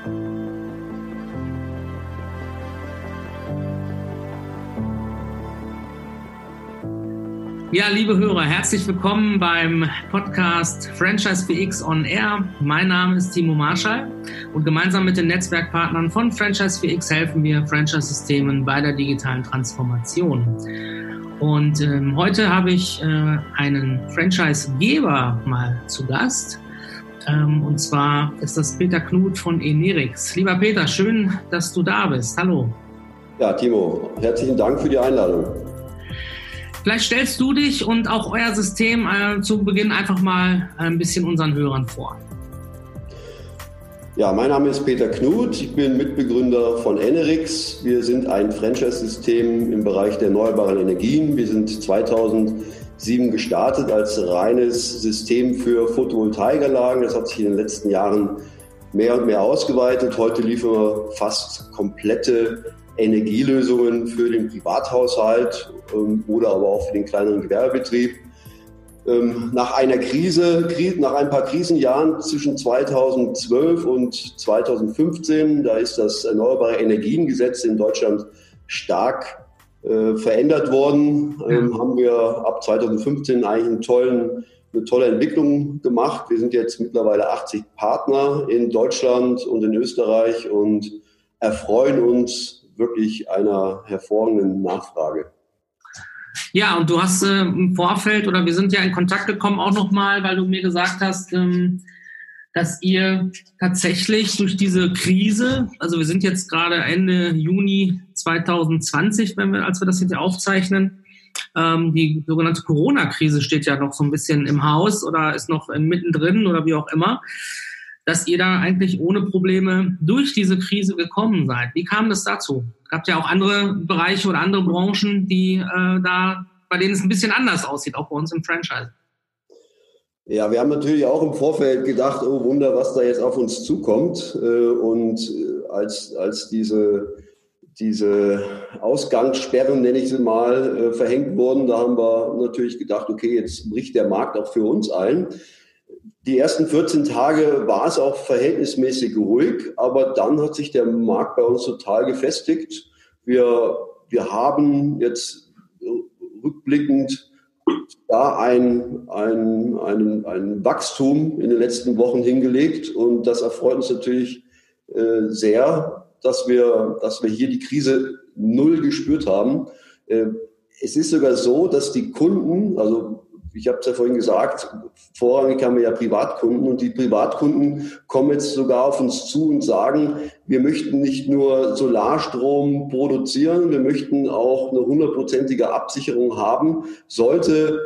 Ja, liebe Hörer, herzlich willkommen beim Podcast Franchise FX on Air. Mein Name ist Timo Marschall und gemeinsam mit den Netzwerkpartnern von Franchise FX helfen wir Franchise-Systemen bei der digitalen Transformation. Und heute habe ich einen Franchise-Geber mal zu Gast. Und zwar ist das Peter Knut von Enerix. Lieber Peter, schön, dass du da bist. Hallo. Ja, Timo, herzlichen Dank für die Einladung. Vielleicht stellst du dich und auch euer System zu Beginn einfach mal ein bisschen unseren Hörern vor. Ja, mein Name ist Peter Knut, ich bin Mitbegründer von Enerix. Wir sind ein Franchise-System im Bereich der erneuerbaren Energien. Wir sind 2007 gestartet als reines System für Photovoltaikanlagen. Das hat sich in den letzten Jahren mehr und mehr ausgeweitet. Heute liefern wir fast komplette Energielösungen für den Privathaushalt oder aber auch für den kleineren Gewerbebetrieb. Nach einer Krise, nach ein paar Krisenjahren zwischen 2012 und 2015, da ist das Erneuerbare Energiengesetz in Deutschland stark verändert worden, haben wir ab 2015 eigentlich eine tolle Entwicklung gemacht. Wir sind jetzt mittlerweile 80 Partner in Deutschland und in Österreich und erfreuen uns wirklich einer hervorragenden Nachfrage. Ja, und du hast im Vorfeld, oder wir sind ja in Kontakt gekommen auch nochmal, weil du mir gesagt hast, dass ihr tatsächlich durch diese Krise, also wir sind jetzt gerade Ende Juni 2020, als wir das jetzt aufzeichnen, die sogenannte Corona-Krise steht ja noch so ein bisschen im Haus oder ist noch mittendrin oder wie auch immer, dass ihr da eigentlich ohne Probleme durch diese Krise gekommen seid. Wie kam das dazu? Es gab ja auch andere Bereiche oder andere Branchen, die bei denen es ein bisschen anders aussieht, auch bei uns im Franchise. Ja, wir haben natürlich auch im Vorfeld gedacht, oh Wunder, was da jetzt auf uns zukommt. Und als diese Ausgangssperren, nenne ich sie mal, verhängt wurden, da haben wir natürlich gedacht, okay, jetzt bricht der Markt auch für uns ein. Die ersten 14 Tage war es auch verhältnismäßig ruhig, aber dann hat sich der Markt bei uns total gefestigt. Wir haben jetzt rückblickend da ein Wachstum in den letzten Wochen hingelegt und das erfreut uns natürlich sehr, dass wir hier die Krise null gespürt haben. Es ist sogar so, dass die Kunden, also ich habe es ja vorhin gesagt, vorrangig haben wir ja Privatkunden und die Privatkunden kommen jetzt sogar auf uns zu und sagen, wir möchten nicht nur Solarstrom produzieren, wir möchten auch eine 100%ige Absicherung haben. Sollten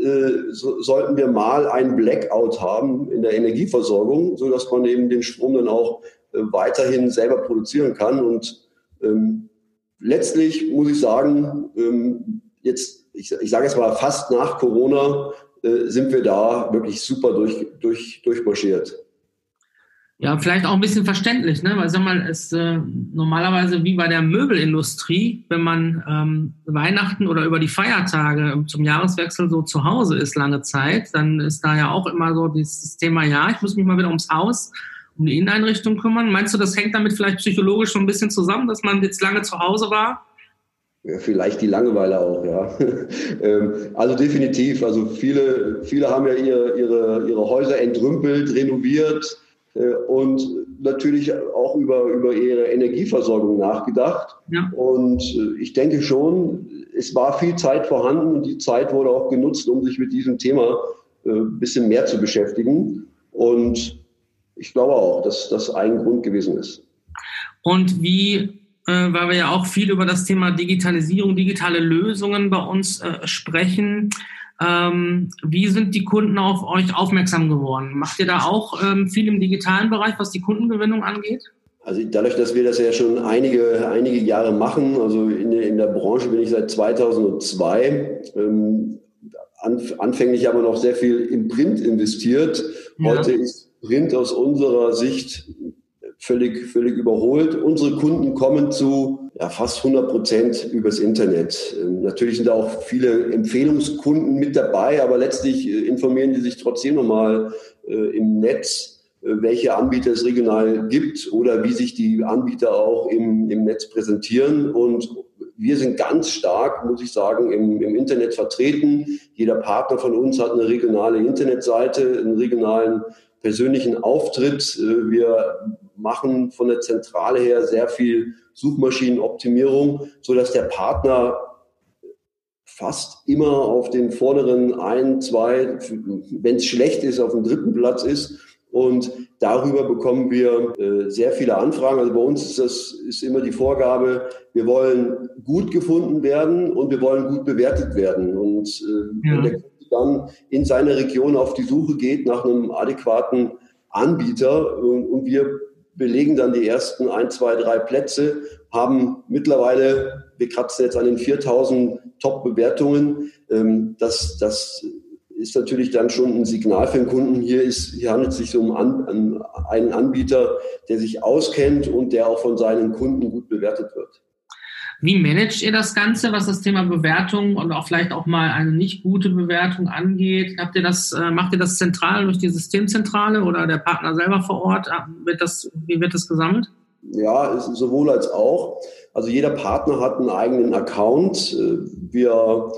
wir mal einen Blackout haben in der Energieversorgung, sodass man eben den Strom dann auch weiterhin selber produzieren kann. Und letztlich muss ich sagen, ich sage jetzt mal, fast nach Corona sind wir da wirklich super durchmarschiert. Ja, vielleicht auch ein bisschen verständlich, ne? Weil sag mal, es normalerweise wie bei der Möbelindustrie, wenn man Weihnachten oder über die Feiertage zum Jahreswechsel so zu Hause ist lange Zeit, dann ist da ja auch immer so dieses Thema, ja, ich muss mich mal wieder ums Haus, um die Inneneinrichtung kümmern. Meinst du, das hängt damit vielleicht psychologisch so ein bisschen zusammen, dass man jetzt lange zu Hause war? Ja, vielleicht die Langeweile auch, ja. Also definitiv. Also viele haben ja ihre Häuser entrümpelt, renoviert und natürlich auch über ihre Energieversorgung nachgedacht. Ja. Und ich denke schon, es war viel Zeit vorhanden und die Zeit wurde auch genutzt, um sich mit diesem Thema ein bisschen mehr zu beschäftigen. Und ich glaube auch, dass das ein Grund gewesen ist. Und weil wir ja auch viel über das Thema Digitalisierung, digitale Lösungen bei uns sprechen. Wie sind die Kunden auf euch aufmerksam geworden? Macht ihr da auch viel im digitalen Bereich, was die Kundengewinnung angeht? Also dadurch, dass wir das ja schon einige Jahre machen, also in der Branche bin ich seit 2002, anfänglich aber noch sehr viel im Print investiert. Ja. Heute ist Print aus unserer Sicht völlig überholt. Unsere Kunden kommen zu fast 100% übers Internet. Natürlich sind da auch viele Empfehlungskunden mit dabei, aber letztlich informieren die sich trotzdem nochmal im Netz. welche Anbieter es regional gibt oder wie sich die Anbieter auch im Netz präsentieren. Und wir sind ganz stark, muss ich sagen, im Internet vertreten. Jeder Partner von uns hat eine regionale Internetseite, einen regionalen persönlichen Auftritt. Wir machen von der Zentrale her sehr viel Suchmaschinenoptimierung, sodass der Partner fast immer auf den vorderen 1, 2, wenn es schlecht ist, auf dem 3. Platz ist. Und darüber bekommen wir sehr viele Anfragen. Also bei uns ist immer die Vorgabe, wir wollen gut gefunden werden und wir wollen gut bewertet werden. Und wenn der Kunde dann in seiner Region auf die Suche geht nach einem adäquaten Anbieter und wir belegen dann die ersten 1, 2, 3 Plätze, haben mittlerweile, wir kratzen jetzt an den 4.000 Top-Bewertungen. Das ist natürlich dann schon ein Signal für den Kunden. Hier handelt es sich so um einen Anbieter, der sich auskennt und der auch von seinen Kunden gut bewertet wird. Wie managt ihr das Ganze, was das Thema Bewertung und auch vielleicht auch mal eine nicht gute Bewertung angeht? Macht ihr das zentral durch die Systemzentrale oder der Partner selber vor Ort? Wie wird das gesammelt? Ja, sowohl als auch. Also jeder Partner hat einen eigenen Account. Wir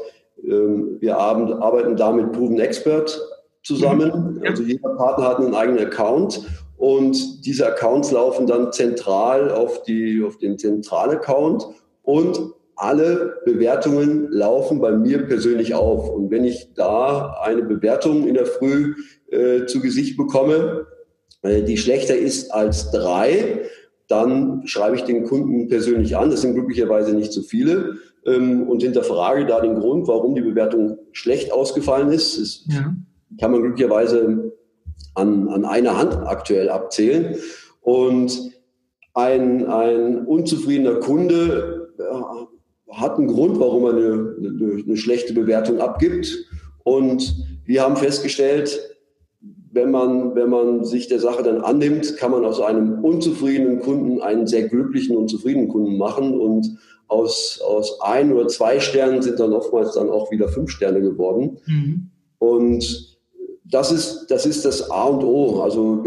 arbeiten da mit Proven Expert zusammen. Ja. Also jeder Partner hat einen eigenen Account und diese Accounts laufen dann zentral auf den Zentralaccount und alle Bewertungen laufen bei mir persönlich auf. Und wenn ich da eine Bewertung in der Früh zu Gesicht bekomme, die schlechter ist als 3, dann schreibe ich den Kunden persönlich an. Das sind glücklicherweise nicht so viele. Und hinterfrage da den Grund, warum die Bewertung schlecht ausgefallen ist. Das kann man glücklicherweise an einer Hand aktuell abzählen. Und ein unzufriedener Kunde hat einen Grund, warum er eine schlechte Bewertung abgibt. Und wir haben festgestellt, wenn man sich der Sache dann annimmt, kann man aus einem unzufriedenen Kunden einen sehr glücklichen und zufriedenen Kunden machen. Und aus 1 oder 2 Sternen sind dann oftmals dann auch wieder 5 Sterne geworden. Mhm. Und das ist das A und O. Also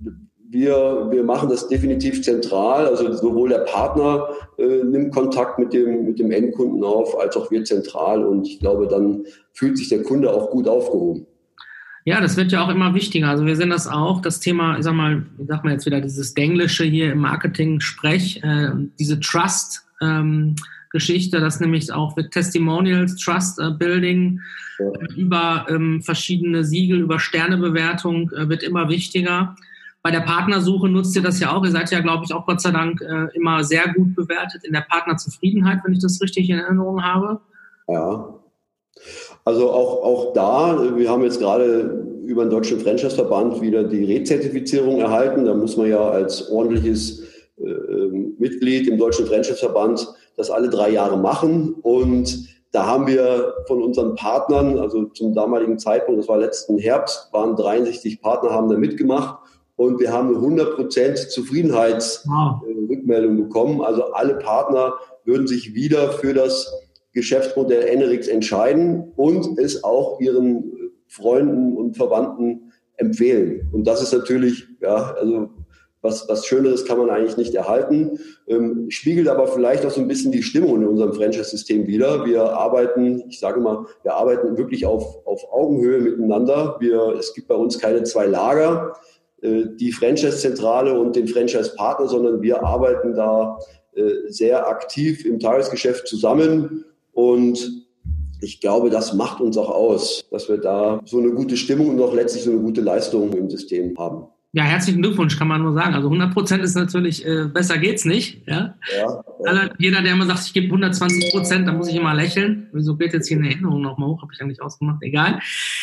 wir machen das definitiv zentral. Also sowohl der Partner nimmt Kontakt mit dem Endkunden auf, als auch wir zentral. Und ich glaube, dann fühlt sich der Kunde auch gut aufgehoben. Ja, das wird ja auch immer wichtiger. Also wir sehen das auch, das Thema, ich sag mal jetzt wieder dieses Englische hier im Marketing-Sprech, diese Trust-Geschichte, das nämlich auch mit Testimonials, Trust-Building, über verschiedene Siegel, über Sternebewertung wird immer wichtiger. Bei der Partnersuche nutzt ihr das ja auch. Ihr seid ja, glaube ich, auch Gott sei Dank immer sehr gut bewertet in der Partnerzufriedenheit, wenn ich das richtig in Erinnerung habe. Ja. Also auch da, wir haben jetzt gerade über den Deutschen Franchise-Verband wieder die Rezertifizierung erhalten. Da muss man ja als ordentliches Mitglied im Deutschen Franchise-Verband das alle 3 Jahre machen. Und da haben wir von unseren Partnern, also zum damaligen Zeitpunkt, das war letzten Herbst, waren 63 Partner, haben da mitgemacht. Und wir haben eine 100% Zufriedenheitsrückmeldung bekommen. Also alle Partner würden sich wieder für das Geschäftsmodell Enerix entscheiden und es auch ihren Freunden und Verwandten empfehlen. Und das ist natürlich, also was Schöneres kann man eigentlich nicht erhalten. Spiegelt aber vielleicht auch so ein bisschen die Stimmung in unserem Franchise-System wider. Wir arbeiten wirklich auf Augenhöhe miteinander. Es gibt bei uns keine 2 Lager, die Franchise-Zentrale und den Franchise-Partner, sondern wir arbeiten da sehr aktiv im Tagesgeschäft zusammen. Und ich glaube, das macht uns auch aus, dass wir da so eine gute Stimmung und auch letztlich so eine gute Leistung im System haben. Ja, herzlichen Glückwunsch, kann man nur sagen. Also 100% ist natürlich, besser geht's nicht. Ja? Jeder, der immer sagt, ich gebe 120%, dann muss ich immer lächeln. Wieso geht jetzt hier eine Erinnerung nochmal hoch? Habe ich eigentlich ausgemacht, egal.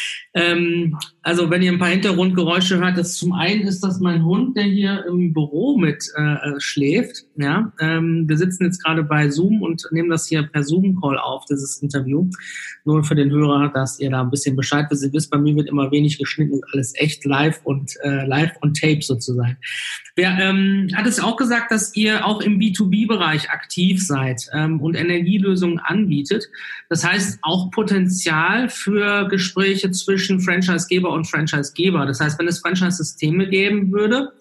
Also wenn ihr ein paar Hintergrundgeräusche hört, das zum einen ist das mein Hund, der hier im Büro mit schläft. Ja, wir sitzen jetzt gerade bei Zoom und nehmen das hier per Zoom-Call auf, dieses Interview. Nur für den Hörer, dass ihr da ein bisschen Bescheid wisst. Bei mir wird immer wenig geschnitten, ist alles echt live und on tape sozusagen. Wer hat es auch gesagt, dass ihr auch im B2B-Bereich aktiv seid und Energielösungen anbietet. Das heißt auch Potenzial für Gespräche zwischen Franchisegeber und Franchisegeber. Das heißt, wenn es Franchise-Systeme geben würde,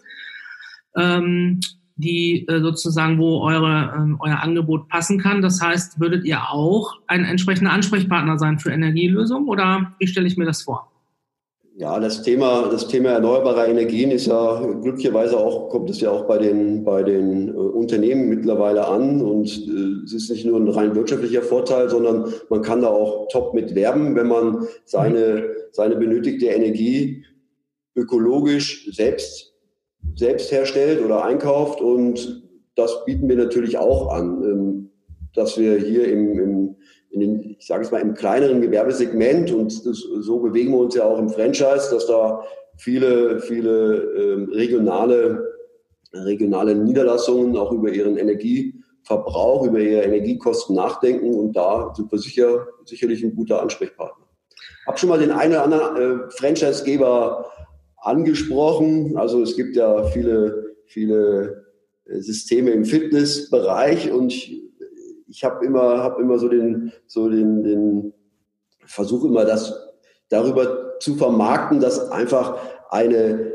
die sozusagen, wo euer Angebot passen kann. Das heißt, würdet ihr auch ein entsprechender Ansprechpartner sein für Energielösungen oder wie stelle ich mir das vor? Ja, das Thema erneuerbarer Energien ist ja glücklicherweise auch, kommt es ja auch bei den Unternehmen mittlerweile an und es ist nicht nur ein rein wirtschaftlicher Vorteil, sondern man kann da auch top mit werben, wenn man seine benötigte Energie ökologisch selbst herstellt oder einkauft und das bieten wir natürlich auch an, dass wir hier ich sage es mal, im kleineren Gewerbesegment und so bewegen wir uns ja auch im Franchise, dass da viele regionale Niederlassungen auch über ihren Energieverbrauch, über ihre Energiekosten nachdenken und da sind wir sicherlich ein guter Ansprechpartner. Ich habe schon mal den einen oder anderen Franchisegeber angesprochen. Also es gibt ja viele Systeme im Fitnessbereich und ich habe immer so den Versuch, immer das darüber zu vermarkten, dass einfach eine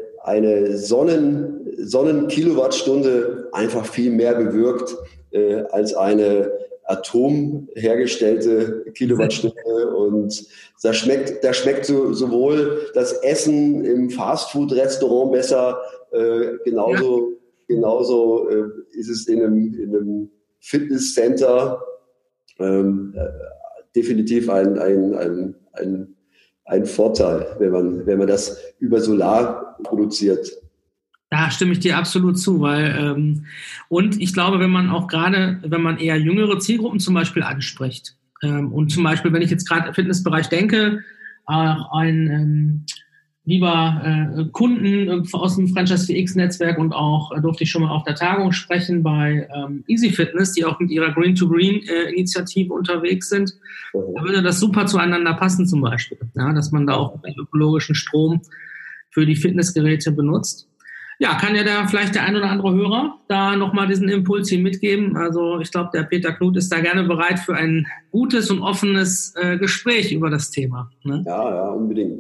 Sonnenkilowattstunde einfach viel mehr bewirkt als eine atomhergestellte Kilowattstunde. Und da schmeckt sowohl das Essen im Fastfood-Restaurant besser, genauso ist es in einem Fitnesscenter definitiv ein Vorteil, wenn man das über Solar produziert. Da stimme ich dir absolut zu, weil und ich glaube, wenn man eher jüngere Zielgruppen zum Beispiel anspricht und zum Beispiel, wenn ich jetzt gerade im Fitnessbereich denke, ein lieber Kunden aus dem Franchise 4X-Netzwerk und auch durfte ich schon mal auf der Tagung sprechen bei Easy Fitness, die auch mit ihrer Green-to-Green-Initiative unterwegs sind. Da würde das super zueinander passen zum Beispiel, ja, dass man da auch ökologischen Strom für die Fitnessgeräte benutzt. Ja, kann ja da vielleicht der ein oder andere Hörer da nochmal diesen Impuls hier mitgeben. Also ich glaube, der Peter Knut ist da gerne bereit für ein gutes und offenes Gespräch über das Thema. Ne? Ja, unbedingt.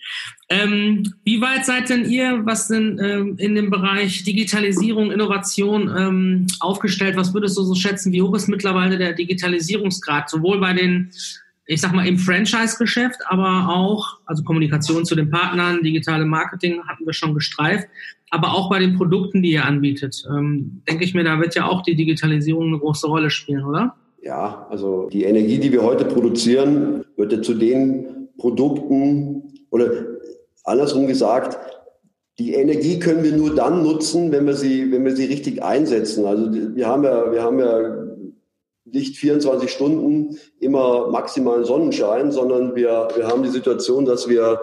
Wie weit seid denn ihr, was denn in dem Bereich Digitalisierung, Innovation aufgestellt? Was würdest du so schätzen? Wie hoch ist mittlerweile der Digitalisierungsgrad? Sowohl bei den, ich sag mal, im Franchise-Geschäft, aber auch, also Kommunikation zu den Partnern, digitale Marketing hatten wir schon gestreift, aber auch bei den Produkten, die ihr anbietet. Denke ich mir, da wird ja auch die Digitalisierung eine große Rolle spielen, oder? Ja, also die Energie, die wir heute produzieren, wird ja zu den Produkten oder andersrum gesagt, die Energie können wir nur dann nutzen, wenn wir sie richtig einsetzen. Also wir haben ja nicht 24 Stunden immer maximalen Sonnenschein, sondern wir haben die Situation, dass wir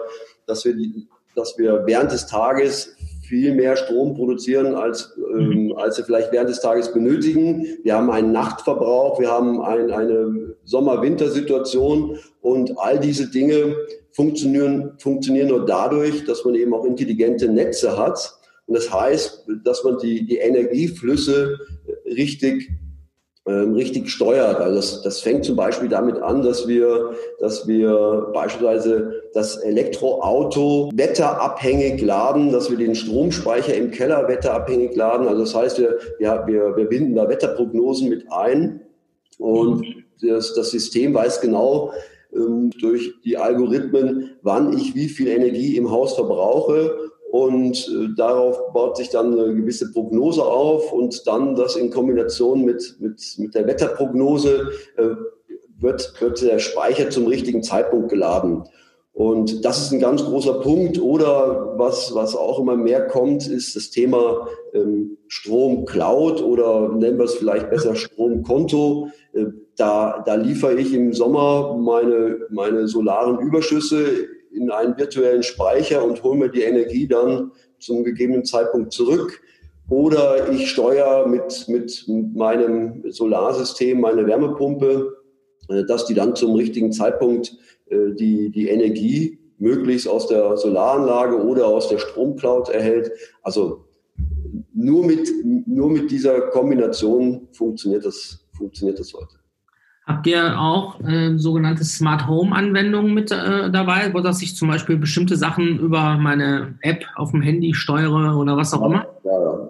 während des Tages viel mehr Strom produzieren, als wir vielleicht während des Tages benötigen. Wir haben einen Nachtverbrauch, wir haben eine Sommer-Winter-Situation und all diese Dinge funktionieren nur dadurch, dass man eben auch intelligente Netze hat. Und das heißt, dass man die Energieflüsse richtig steuert. Also das fängt zum Beispiel damit an, dass wir beispielsweise das Elektroauto wetterabhängig laden, dass wir den Stromspeicher im Keller wetterabhängig laden. Also das heißt, wir binden da Wetterprognosen mit ein und das System weiß genau durch die Algorithmen, wann ich wie viel Energie im Haus verbrauche. Und darauf baut sich dann eine gewisse Prognose auf und dann das in Kombination mit der Wetterprognose wird der Speicher zum richtigen Zeitpunkt geladen. Und das ist ein ganz großer Punkt. Oder was auch immer mehr kommt, ist das Thema Strom-Cloud oder nennen wir es vielleicht besser Stromkonto. Da liefere ich im Sommer meine solaren Überschüsse in einen virtuellen Speicher und hole mir die Energie dann zum gegebenen Zeitpunkt zurück. Oder ich steuere mit meinem Solarsystem meine Wärmepumpe, dass die dann zum richtigen Zeitpunkt die Energie möglichst aus der Solaranlage oder aus der Stromcloud erhält. Also nur mit dieser Kombination funktioniert das heute. Habt ihr auch sogenannte Smart Home Anwendungen mit dabei, wo dass ich zum Beispiel bestimmte Sachen über meine App auf dem Handy steuere oder was auch immer? Ja.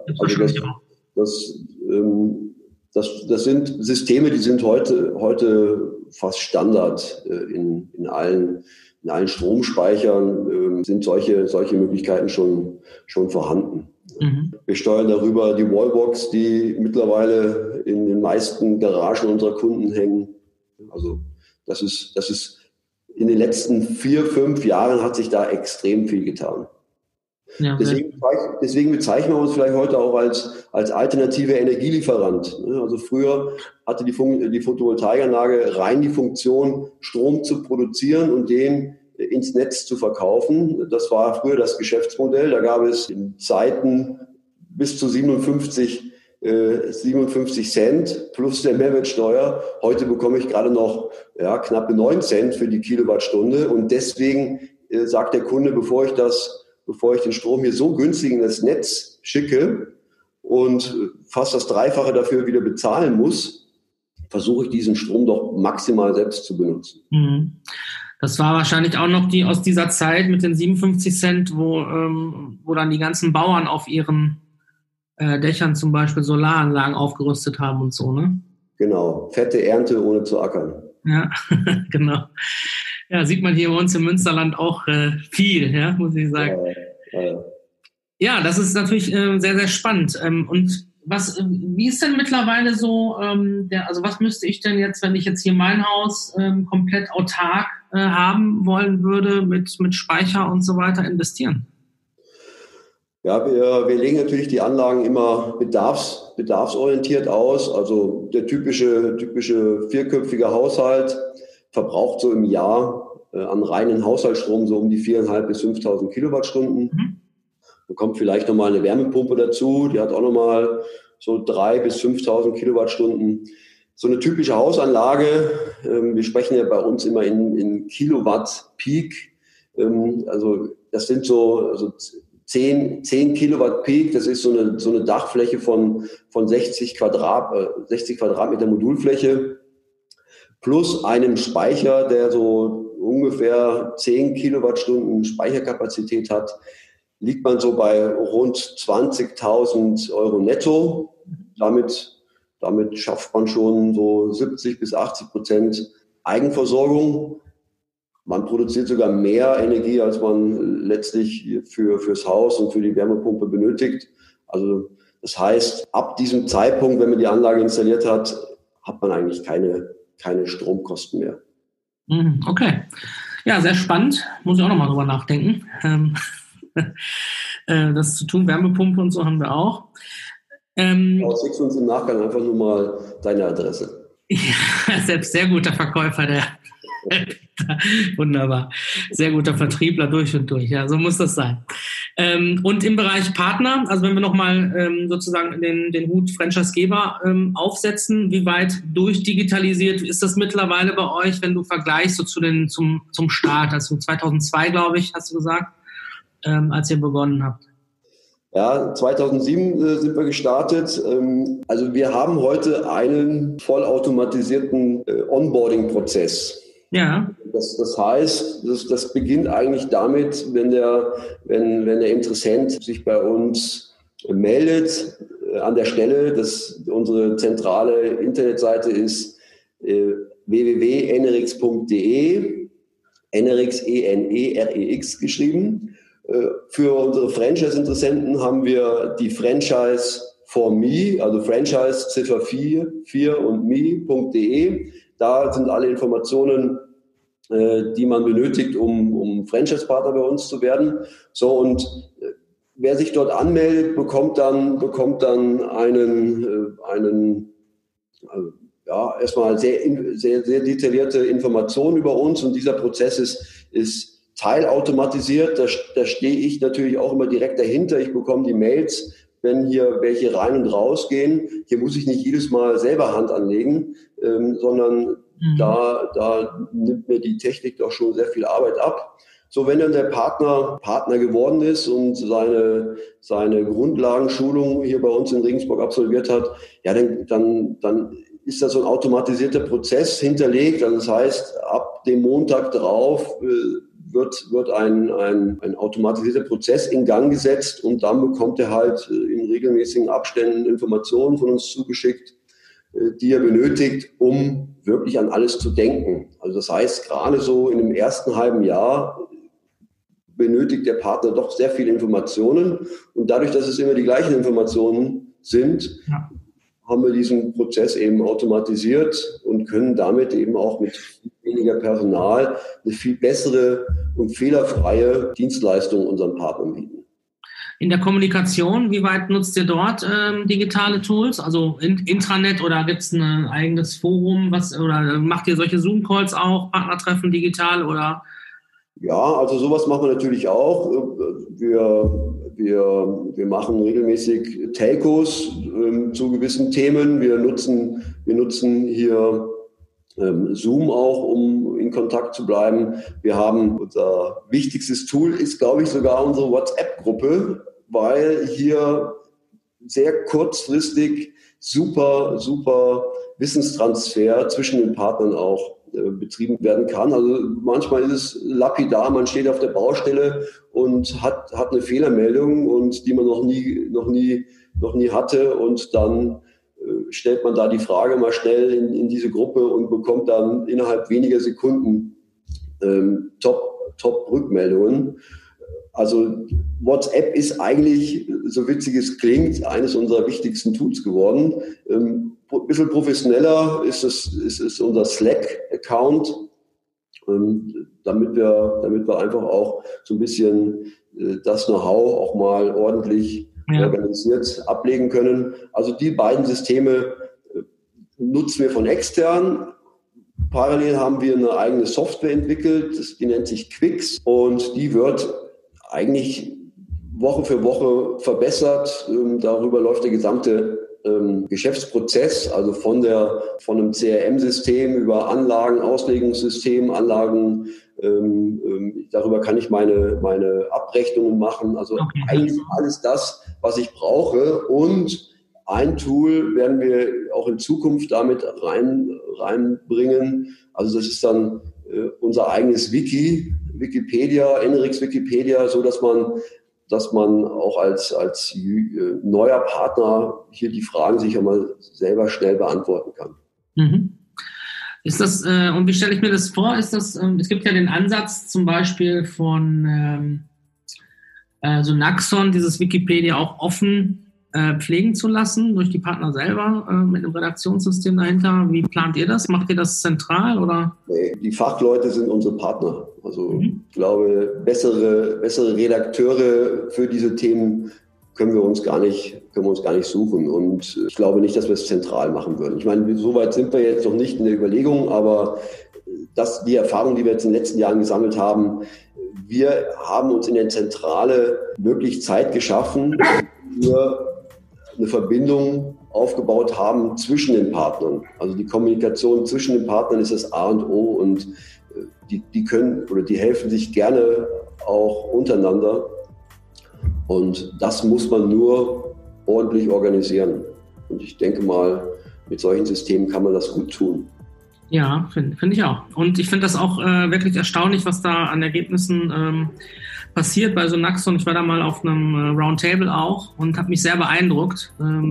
Das sind Systeme, die sind heute fast Standard in allen Stromspeichern sind solche Möglichkeiten schon vorhanden. Mhm. Wir steuern darüber die Wallbox, die mittlerweile in den meisten Garagen unserer Kunden hängen. Also das ist in den letzten 4-5 Jahren hat sich da extrem viel getan. Ja, deswegen bezeichnen wir uns vielleicht heute auch als alternative Energielieferant. Also früher hatte die Photovoltaikanlage rein die Funktion, Strom zu produzieren und den ins Netz zu verkaufen. Das war früher das Geschäftsmodell. Da gab es in Zeiten bis zu 57 Cent plus der Mehrwertsteuer. Heute bekomme ich gerade noch knappe 9 Cent für die Kilowattstunde. Und deswegen sagt der Kunde, bevor ich den Strom hier so günstig in das Netz schicke und fast das Dreifache dafür wieder bezahlen muss, versuche ich diesen Strom doch maximal selbst zu benutzen. Mhm. Das war wahrscheinlich auch noch aus dieser Zeit mit den 57 Cent, wo dann die ganzen Bauern auf ihren Dächern zum Beispiel Solaranlagen aufgerüstet haben und so, ne? Genau, fette Ernte ohne zu ackern. Ja, genau. Ja, sieht man hier bei uns im Münsterland auch viel, ja, muss ich sagen. Ja, das ist natürlich sehr, sehr spannend. Und wie ist denn mittlerweile so, also was müsste ich denn jetzt, wenn ich jetzt hier mein Haus komplett autark haben wollen würde, mit Speicher und so weiter investieren? Ja, wir legen natürlich die Anlagen immer bedarfsorientiert aus. Also der typische vierköpfige Haushalt verbraucht so im Jahr an reinen Haushaltsstrom so um die 4.500 bis 5.000 Kilowattstunden. Mhm. Da kommt vielleicht nochmal eine Wärmepumpe dazu, die hat auch nochmal so 3.000 bis 5.000 Kilowattstunden. So eine typische Hausanlage, wir sprechen ja bei uns immer in Kilowatt Peak, also das sind so 10 Kilowatt Peak, das ist so eine Dachfläche von 60 Quadratmeter Modulfläche plus einem Speicher, der so ungefähr 10 Kilowattstunden Speicherkapazität hat, liegt man so bei rund 20.000 Euro netto. Damit schafft man schon so 70 bis 80% Eigenversorgung. Man produziert sogar mehr Energie, als man letztlich fürs Haus und für die Wärmepumpe benötigt. Also das heißt, ab diesem Zeitpunkt, wenn man die Anlage installiert hat, hat man eigentlich keine Stromkosten mehr. Okay. Ja, sehr spannend. Muss ich auch nochmal drüber nachdenken. Das zu tun, Wärmepumpe und so haben wir auch. Schickst uns im Nachgang einfach nur mal deine Adresse. Ja, selbst sehr guter Verkäufer, der wunderbar. Sehr guter Vertriebler durch und durch. Ja, so muss das sein. Und im Bereich Partner, also wenn wir nochmal sozusagen den Hut Franchisegeber aufsetzen, wie weit durchdigitalisiert ist das mittlerweile bei euch, wenn du vergleichst so zum Start, also 2002, glaube ich, hast du gesagt, als ihr begonnen habt? Ja, 2007 sind wir gestartet. Also wir haben heute einen vollautomatisierten Onboarding-Prozess. Ja. Das heißt, das beginnt eigentlich damit, wenn der Interessent sich bei uns meldet an der Stelle. Unsere zentrale Internetseite ist www.enerix.de, Enerix ENEREX geschrieben. Für unsere Franchise-Interessenten haben wir die Franchise for Me, also Franchise Ziffer 4 und me.de. Da sind alle Informationen, die man benötigt, um Franchise-Partner bei uns zu werden. So, und wer sich dort anmeldet, bekommt dann erstmal sehr, sehr, sehr detaillierte Informationen über uns, und dieser Prozess ist teilautomatisiert. Da stehe ich natürlich auch immer direkt dahinter. Ich bekomme die Mails, wenn hier welche rein und raus gehen. Hier muss ich nicht jedes Mal selber Hand anlegen, sondern da nimmt mir die Technik doch schon sehr viel Arbeit ab. So, wenn dann der Partner geworden ist und seine Grundlagenschulung hier bei uns in Regensburg absolviert hat, ja, dann ist da so ein automatisierter Prozess hinterlegt. Also das heißt, ab dem Montag drauf wird ein automatisierter Prozess in Gang gesetzt und dann bekommt er halt in regelmäßigen Abständen Informationen von uns zugeschickt, die er benötigt, um wirklich an alles zu denken. Also das heißt, gerade so in dem ersten halben Jahr benötigt der Partner doch sehr viele Informationen und dadurch, dass es immer die gleichen Informationen sind, haben wir diesen Prozess eben automatisiert und können damit eben auch mit weniger Personal eine viel bessere und fehlerfreie Dienstleistung unseren Partnern bieten. In der Kommunikation, wie weit nutzt ihr dort digitale Tools? Also Intranet oder gibt es ein eigenes Forum? Oder macht ihr solche Zoom-Calls auch, Partnertreffen digital oder? Ja, also sowas machen wir natürlich auch. Wir machen regelmäßig Telcos zu gewissen Themen. Wir nutzen hier Zoom auch, um in Kontakt zu bleiben. Wir haben unser wichtigstes Tool ist, glaube ich, sogar unsere WhatsApp-Gruppe, weil hier sehr kurzfristig super Wissenstransfer zwischen den Partnern auch betrieben werden kann. Also manchmal ist es lapidar, man steht auf der Baustelle und hat eine Fehlermeldung und die man noch nie hatte und dann stellt man da die Frage mal schnell in diese Gruppe und bekommt dann innerhalb weniger Sekunden Top-Rückmeldungen. Also WhatsApp ist eigentlich, so witzig es klingt, eines unserer wichtigsten Tools geworden. Ein bisschen professioneller ist unser Slack-Account, damit wir einfach auch so ein bisschen das Know-how auch mal ordentlich organisiert ablegen können. Also die beiden Systeme nutzen wir von extern. Parallel haben wir eine eigene Software entwickelt, die nennt sich Quix und die wird eigentlich Woche für Woche verbessert. Darüber läuft der gesamte Geschäftsprozess, also von einem CRM-System über Anlagen, Auslegungssystem, Anlagen, darüber kann ich meine Abrechnungen machen, also eigentlich alles das, was ich brauche. Und ein Tool werden wir auch in Zukunft damit reinbringen. Also das ist dann unser eigenes Wikipedia, Enerix Wikipedia, so dass man auch als neuer Partner hier die Fragen sich einmal selber schnell beantworten kann. Mhm. Ist das, und wie stelle ich mir das vor? Ist das, es gibt ja den Ansatz zum Beispiel von so Naxon, dieses Wikipedia auch offen pflegen zu lassen durch die Partner selber mit einem Redaktionssystem dahinter. Wie plant ihr das? Macht ihr das zentral oder? Nee, die Fachleute sind unsere Partner. Also ich glaube, bessere Redakteure für diese Themen können wir uns gar nicht suchen. Und ich glaube nicht, dass wir es zentral machen würden. Ich meine, so weit sind wir jetzt noch nicht in der Überlegung, aber die Erfahrung, die wir jetzt in den letzten Jahren gesammelt haben, wir haben uns in der Zentrale wirklich Zeit geschaffen, wir eine Verbindung aufgebaut haben zwischen den Partnern. Also die Kommunikation zwischen den Partnern ist das A und O und die können oder die helfen sich gerne auch untereinander. Und das muss man nur ordentlich organisieren. Und ich denke mal, mit solchen Systemen kann man das gut tun. Ja, finde ich auch. Und ich finde das auch wirklich erstaunlich, was da an Ergebnissen passiert bei so Naxon. Ich war da mal auf einem Roundtable auch und habe mich sehr beeindruckt,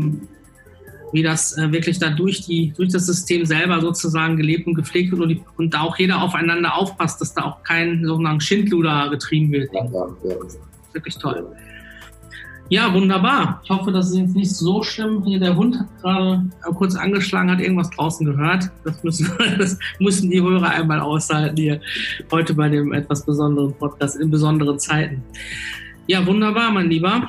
wie das wirklich da durch das System selber sozusagen gelebt und gepflegt wird und da auch jeder aufeinander aufpasst, dass da auch kein sozusagen Schindluder getrieben wird. Ja. Das ist wirklich toll. Ja, wunderbar. Ich hoffe, das ist jetzt nicht so schlimm. Hier der Hund hat gerade kurz angeschlagen, hat irgendwas draußen gehört. Das müssen die Hörer einmal aushalten hier heute bei dem etwas besonderen Podcast in besonderen Zeiten. Ja, wunderbar, mein Lieber.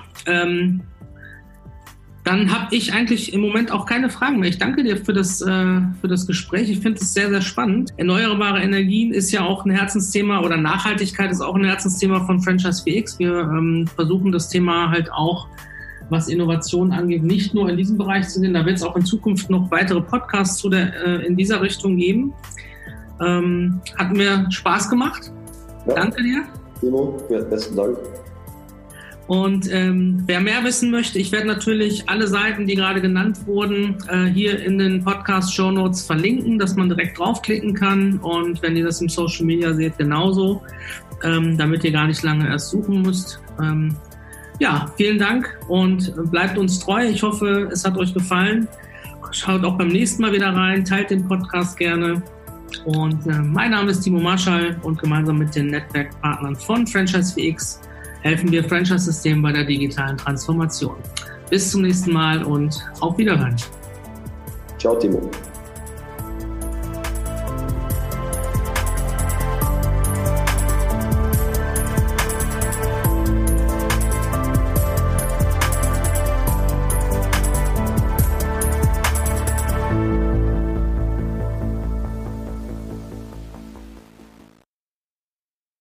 Dann habe ich eigentlich im Moment auch keine Fragen mehr. Ich danke dir für das Gespräch. Ich finde es sehr, sehr spannend. Erneuerbare Energien ist ja auch ein Herzensthema oder Nachhaltigkeit ist auch ein Herzensthema von Franchise VX. Wir versuchen das Thema halt auch, was Innovation angeht, nicht nur in diesem Bereich zu sehen. Da wird es auch in Zukunft noch weitere Podcasts in dieser Richtung geben. Hat mir Spaß gemacht. Ja. Danke dir. Timo, besten Dank. Und wer mehr wissen möchte, ich werde natürlich alle Seiten, die gerade genannt wurden, hier in den Podcast-Shownotes verlinken, dass man direkt draufklicken kann. Und wenn ihr das im Social Media seht, genauso, damit ihr gar nicht lange erst suchen müsst. Ja, vielen Dank und bleibt uns treu. Ich hoffe, es hat euch gefallen. Schaut auch beim nächsten Mal wieder rein, teilt den Podcast gerne. Und mein Name ist Timo Marschall und gemeinsam mit den Netzwerkpartnern von FranchiseFX helfen wir Franchise-Systemen bei der digitalen Transformation. Bis zum nächsten Mal und auf Wiederhören. Ciao, Timo.